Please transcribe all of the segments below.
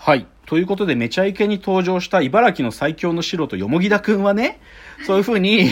はい。ということで、めちゃイケに登場した茨城の最強の素人、よもぎだくんはね、そういう風に、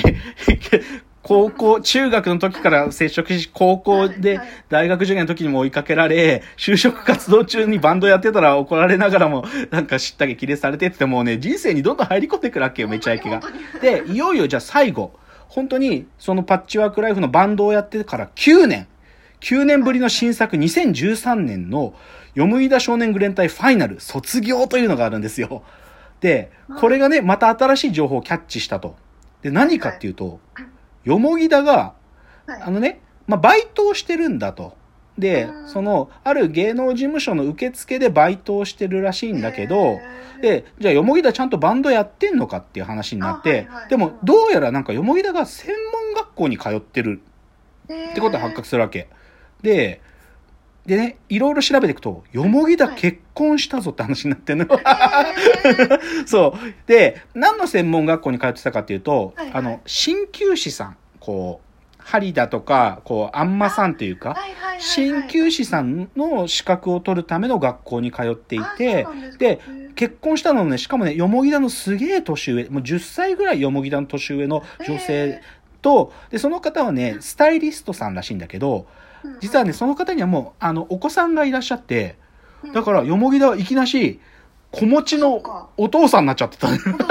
中学の時から接触し、高校で大学受験の時にも追いかけられ、就職活動中にバンドやってたら怒られながらも、なんか知った激励されてってもうね、人生にどんどん入り込んでくるわけよ、めちゃイケが。で、いよいよじゃあ最後、本当にそのパッチワークライフのバンドをやってから9年ぶりの新作2013年のよむぎだ少年グレン隊ファイナル卒業というのがあるんですよ。で、これがね、また新しい情報をキャッチしたと。で、何かっていうと、よもぎだが、バイトをしてるんだと。で、ある芸能事務所の受付でバイトをしてるらしいんだけど、で、じゃあよもぎだちゃんとバンドやってんのかっていう話になって、でもどうやらなんかよもぎだが専門学校に通ってるってことが発覚するわけ。でね、いろいろ調べていくと、よもぎだ結婚したぞって話になってんの。そう。で、何の専門学校に通ってたかっていうと、鍼灸師さん、針だとか、あんまさんというか、鍼灸師さんの資格を取るための学校に通っていて、で、結婚したのね、しかもね、よもぎだのすげえ年上、もう10歳ぐらいよもぎだの年上の女性と、で、その方はね、スタイリストさんらしいんだけど、実はね、その方にはもう、お子さんがいらっしゃって、だから、よもぎだはいきなし、子持ちのお父さんになっちゃってた。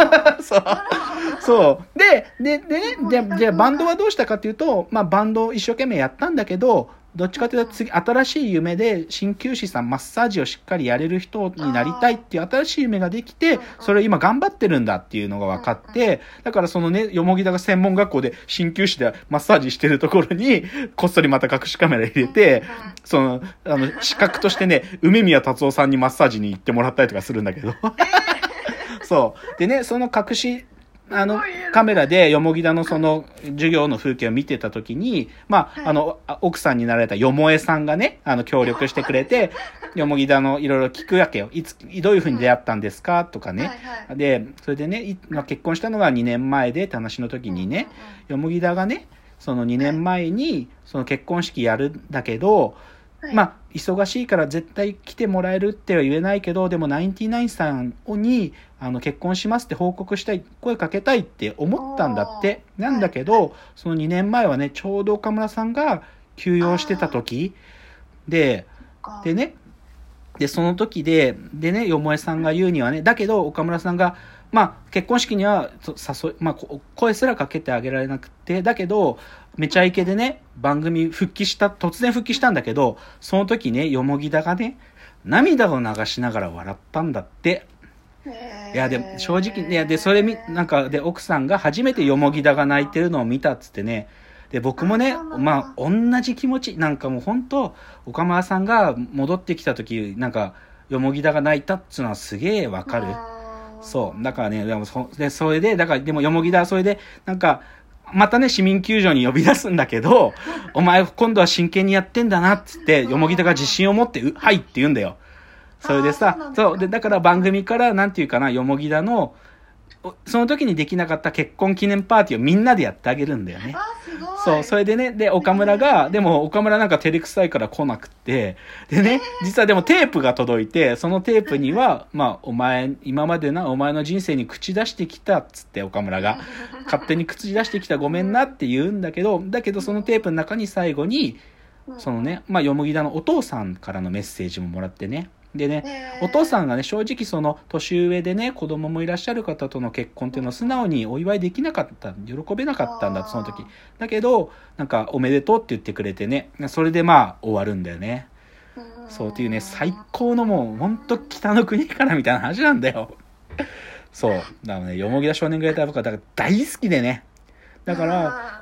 そう。で、バンドはどうしたかっていうと、バンドを一生懸命やったんだけど、どっちかというと次、新しい夢で、鍼灸師さん、マッサージをしっかりやれる人になりたいっていう新しい夢ができて、それを今頑張ってるんだっていうのが分かって、だからそのね、よもぎだが専門学校で鍼灸師でマッサージしてるところに、こっそりまた隠しカメラ入れて、資格としてね、梅宮達夫さんにマッサージに行ってもらったりとかするんだけど。そう。でね、その隠し、カメラでよもぎだのその授業の風景を見てた時に、奥さんになられたよもえさんがね、協力してくれて、よもぎだのいろいろ聞くわけよ。どういう風に出会ったんですかとかね。で、それでね、結婚したのが2年前でって話の時にね、よもぎだがね、その2年前にその結婚式やるんだけど、忙しいから絶対来てもらえるっては言えないけど、でもナインティナインさんに結婚しますって報告したい、声かけたいって思ったんだって。なんだけど、その2年前はね、ちょうど岡村さんが休養してた時でね、で、その時でね、よもえさんが言うにはね、だけど岡村さんが、結婚式には声すらかけてあげられなくて、だけど、めちゃイケでね、番組突然復帰したんだけど、その時ね、よもぎだがね、涙を流しながら笑ったんだって。いや、で、正直、で、それで、奥さんが初めてよもぎだが泣いてるのを見たっつってね、で、僕もね、同じ気持ち、もう本当、岡村さんが戻ってきた時、よもぎだが泣いたっつうのはすげえわかる。そう。だからね、それで、でもよもぎだはそれで、またね、市民球場に呼び出すんだけど、お前今度は真剣にやってんだなっつって、よもぎだが自信を持って、はいって言うんだよ。それでさ、で、だから番組から、よもぎだの、その時にできなかった結婚記念パーティーをみんなでやってあげるんだよね。そう、それでね、で、岡村が、でも岡村照れくさいから来なくって、でね、実はでもテープが届いて、そのテープには、今までお前の人生に口出してきたっつって岡村が、勝手に口出してきたごめんなって言うんだけど、そのテープの中に最後に、そのね、よもぎだのお父さんからのメッセージももらってね、でね、お父さんがね、正直その年上でね、子供もいらっしゃる方との結婚っていうのを素直にお祝いできなかった、喜べなかったんだ、その時。だけど、おめでとうって言ってくれてね、それで終わるんだよね。そうっていうね、最高のもう、ほんと北の国からみたいな話なんだよ。そう。だからね、よもぎだ少年グレーターとか、だから大好きでね。だから、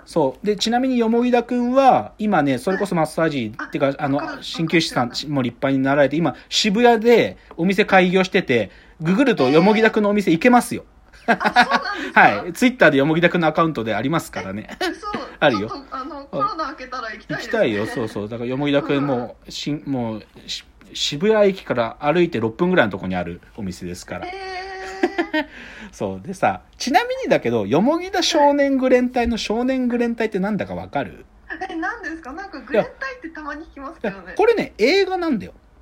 そう。で、ちなみによもぎだくんは、今ね、それこそマッサージ、っていうか、鍼灸師さんも立派になられて、今、渋谷でお店開業してて、ググるとよもぎだくんのお店行けますよ。はい。ツイッターでよもぎだくんのアカウントでありますからね。あるよ。 コロナ明けたら行きたいです。 行きたいよ、そうそう。だからよもぎだくんもう、渋谷駅から歩いて6分ぐらいのところにあるお店ですから。そうでさ、ちなみにだけど、よもぎだ少年グレン隊の少年グレン隊ってなんだかわかる？ 何ですか？グレン隊ってたまに聞きますけどね。 これね、映画なんだよ。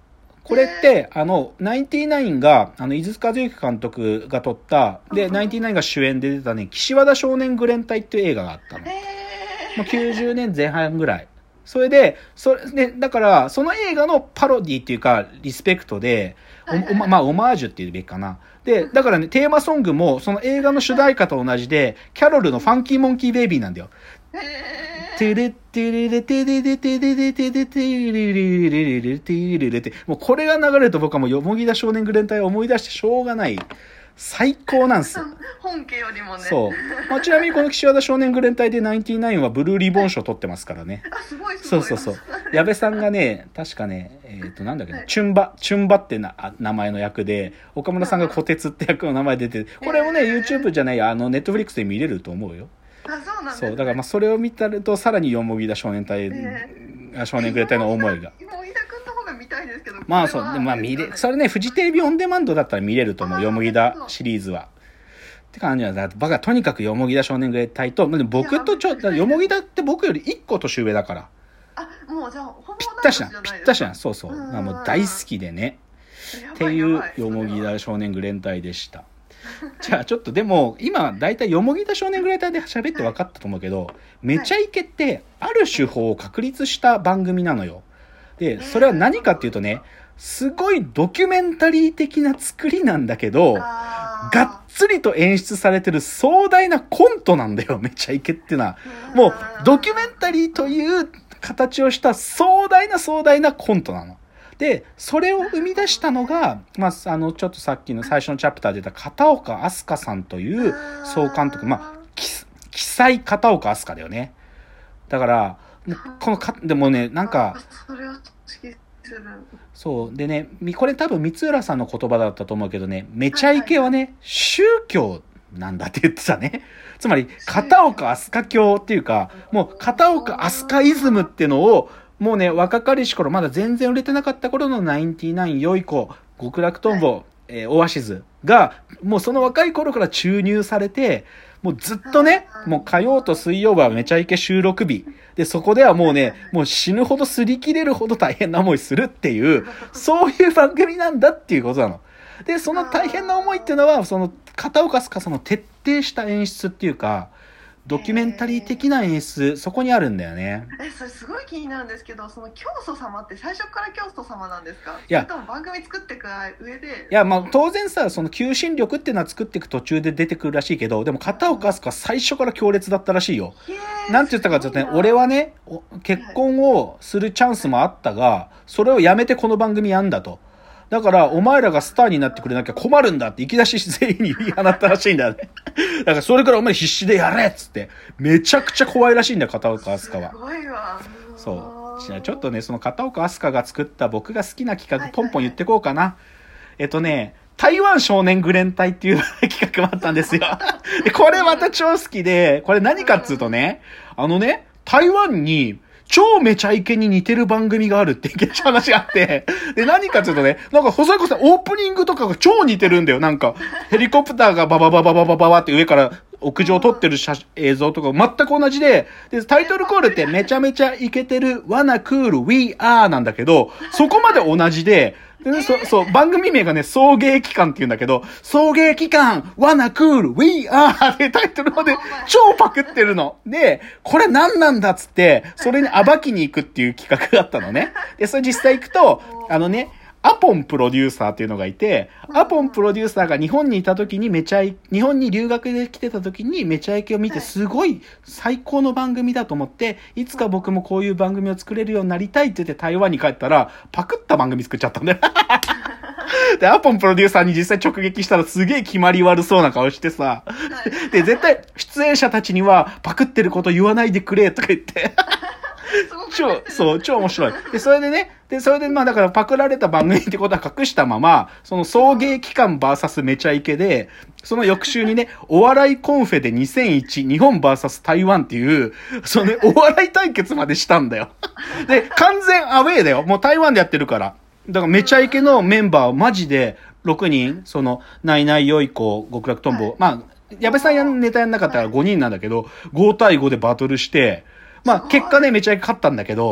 これって、ナインティナインが、伊豆和之監督が撮った、で、ナインティナインが主演で出たね、岸和田少年グレン隊っていう映画があったの。もう90年前半ぐらい。それで、だから、その映画のパロディっていうか、リスペクトで、まあ、オマージュっていうべきかな。で、だからね、テーマソングも、その映画の主題歌と同じで、キャロルのファンキーモンキーベイビーなんだよ。テレテレレテレレテレレテレテレレレレレテレレテ、もうこれが流れると僕はもうよもぎだ少年グレン隊を思い出してしょうがない。最高なんすよ。 本家よりもね。 そう。まあ、ちなみにこの岸和田少年グレン隊でナインティナインはブルーリボン賞取ってますからね。 あ、すごいすそごい。 うそうそう。矢部さんがね、確かね、なんだっけな、チュンバって名前の役で、岡村さんが小鉄って役の名前出て、これもね、YouTube じゃない、ネットフリックスで見れると思うよ。 あ、そうなんですね。そう、だからまあそれを見たると、さらによもぎだ少年隊、少年グレン隊の思いが。 もぎだくんの方が見たいですけど。 まあそう、でまあそれね、フジテレビオンデマンドだったら見れると思う、よもぎだシリーズは。って感じなんだ。バカ、とにかくよもぎだ少年グレン隊と、僕とよもぎだって僕より1個年上だから。 あ、もうじゃあ、ほぼぴったしなん、そうそう。もう大好きでね。っていうよもぎだ少年グレン隊でした。じゃあちょっとでも、今、だいたいよもぎだ少年グレン隊で喋って分かったと思うけど、めちゃイケって、ある手法を確立した番組なのよ。で、それは何かっていうとね、すごいドキュメンタリー的な作りなんだけど、がっつりと演出されてる壮大なコントなんだよ、めちゃイケっていうのは。もう、ドキュメンタリーという形をした壮大なコントなの。で、それを生み出したのが、まあ、ちょっとさっきの最初のチャプターで出た片岡飛鳥さんという総監督。まあ、奇才片岡飛鳥だよね。だから、でもね、なんか、そう。でね、これ多分三浦さんの言葉だったと思うけどね、めちゃイケはね、宗教なんだって言ってたね。つまり、片岡飛鳥教っていうか、もう片岡飛鳥イズムっていうのを、もうね、若かりし頃、まだ全然売れてなかった頃のナインティナイン、良い子、極楽とんぼ、オアシズが、もうその若い頃から注入されて、もうずっとね、もう火曜と水曜はめちゃイケ収録日。で、そこではもうね、もう死ぬほど擦り切れるほど大変な思いするっていう、そういう番組なんだっていうことなの。で、その大変な思いっていうのは、その片岡司の徹底した演出っていうか、ドキュメンタリー的な演出、そこにあるんだよね。 それすごい気になるんですけど、その教祖様って最初から教祖様なんですか？ いや、 それとも番組作っていく上で。 いや、まあ当然さ、その求心力っていうのは作っていく途中で出てくるらしいけど、でも片岡飛鳥は最初から強烈だったらしいよ。なんて言ったかというとね、俺はね、結婚をするチャンスもあったが、それをやめてこの番組やんだと。だから、お前らがスターになってくれなきゃ困るんだって、いきなし全員に言い放ったらしいんだよね。だから、それからお前必死でやれっつって、めちゃくちゃ怖いらしいんだよ、片岡飛鳥は。 すごいわ。 そう。じゃあ、ちょっとね、その片岡飛鳥が作った僕が好きな企画、ポンポン言ってこうかな。台湾少年グレン隊っていう企画もあったんですよ。で、これまた超好きで、これ何かっつうとね、台湾に、超めちゃイケに似てる番組があるっていう話があって、で、何かっていうとね、なんか、細い子さん、オープニングとかが超似てるんだよ。なんか、ヘリコプターがババババババババって上から屋上を撮ってる映像とか全く同じで、タイトルコールってめちゃめちゃイケてる、Wanna Cool We Are なんだけど、そこまで同じで、そう、番組名がね、送迎機関って言うんだけど、送迎機関、Wanna Cool We Are ってタイトルまで超パクってるの。で、これ何なんだっつって、それに暴きに行くっていう企画があったのね。で、それ実際行くと、アポンプロデューサーっていうのがいて、アポンプロデューサーが日本にいた時に日本に留学で来てた時にめちゃイケを見てすごい最高の番組だと思って、いつか僕もこういう番組を作れるようになりたいって言って台湾に帰ったら、パクった番組作っちゃったんだよ。で、アポンプロデューサーに実際直撃したらすげえ決まり悪そうな顔してさ、で、絶対出演者たちにはパクってること言わないでくれとか言って、超面白い。で、それでまあだからパクられた番組ってことは隠したまま、その送迎機関 VS めちゃイケで、その翌週にね、お笑いコンフェで2001日本 VS 台湾っていう、そのね、お笑い対決までしたんだよ。で、完全アウェーだよ。もう台湾でやってるから。だからめちゃイケのメンバーマジで6人、ナイナイ良い子、極楽とんぼ、まあ、矢部さんネタやんなかったら5人なんだけど、5対5でバトルして、まあ結果ねめちゃイケ勝ったんだけど、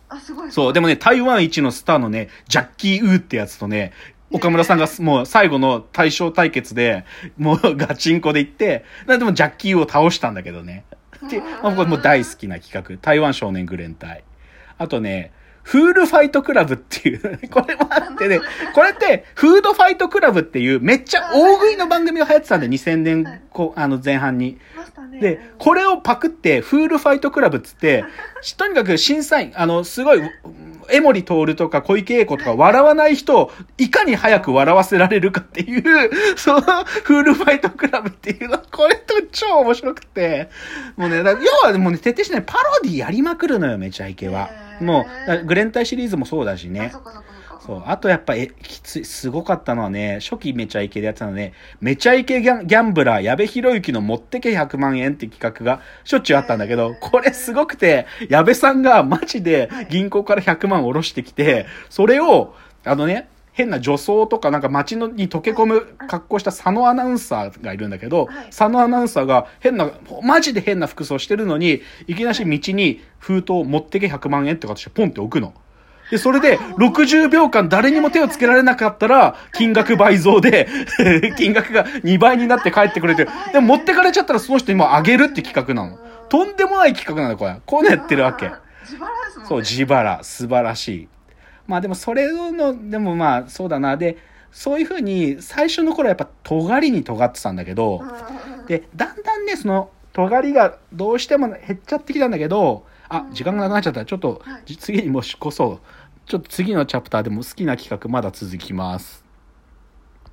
すごい。 そう、でもね、台湾一のスターのね、ジャッキー・ウーってやつとね、岡村さんがもう最後の対象対決で、もうガチンコで行って、でもジャッキー・ウーを倒したんだけどね。で、僕も大好きな企画。台湾少年グレン隊。あとね、フールファイトクラブっていう、これもあってね、これって、フードファイトクラブっていう、めっちゃ大食いの番組が流行ってたんで、2000年前半に。で、これをパクって、フールファイトクラブっつって、とにかく審査員、すごい、江森徹とか小池栄子とか笑わない人をいかに早く笑わせられるかっていう、そのフールファイトクラブっていうの、これと超面白くて、もうね、要はもうね、徹底してね、パロディやりまくるのよ、めちゃイケは。もう、グレンタイシリーズもそうだしね。そう。あとやっぱ、すごかったのはね、初期めちゃイケでやってたのね、めちゃイケギャンブラー、矢部博之の持ってけ100万円って企画がしょっちゅうあったんだけど、これすごくて、矢部さんがマジで銀行から100万下ろしてきて、それを、変な女装とかなんか街に溶け込む格好した佐野アナウンサーがいるんだけど、佐野アナウンサーがマジで変な服装してるのに、いきなり道に封筒持ってけ100万円って形でポンって置くの。で、それで60秒間誰にも手をつけられなかったら、金額倍増で、金額が2倍になって帰ってくれて、でも持ってかれちゃったらその人にもあげるって企画なの。とんでもない企画なの、これ。こういうのやってるわけ。 自腹ですもんね。 そう、自腹。素晴らしい。まあでもそれの、でもまあそうだな。で、そういう風に最初の頃はやっぱ尖りに尖ってたんだけど、で、だんだんね、その尖りがどうしても減っちゃってきたんだけど、時間がなくなっちゃった。ちょっと次にもしこそ、ちょっと次のチャプターでも好きな企画まだ続きます。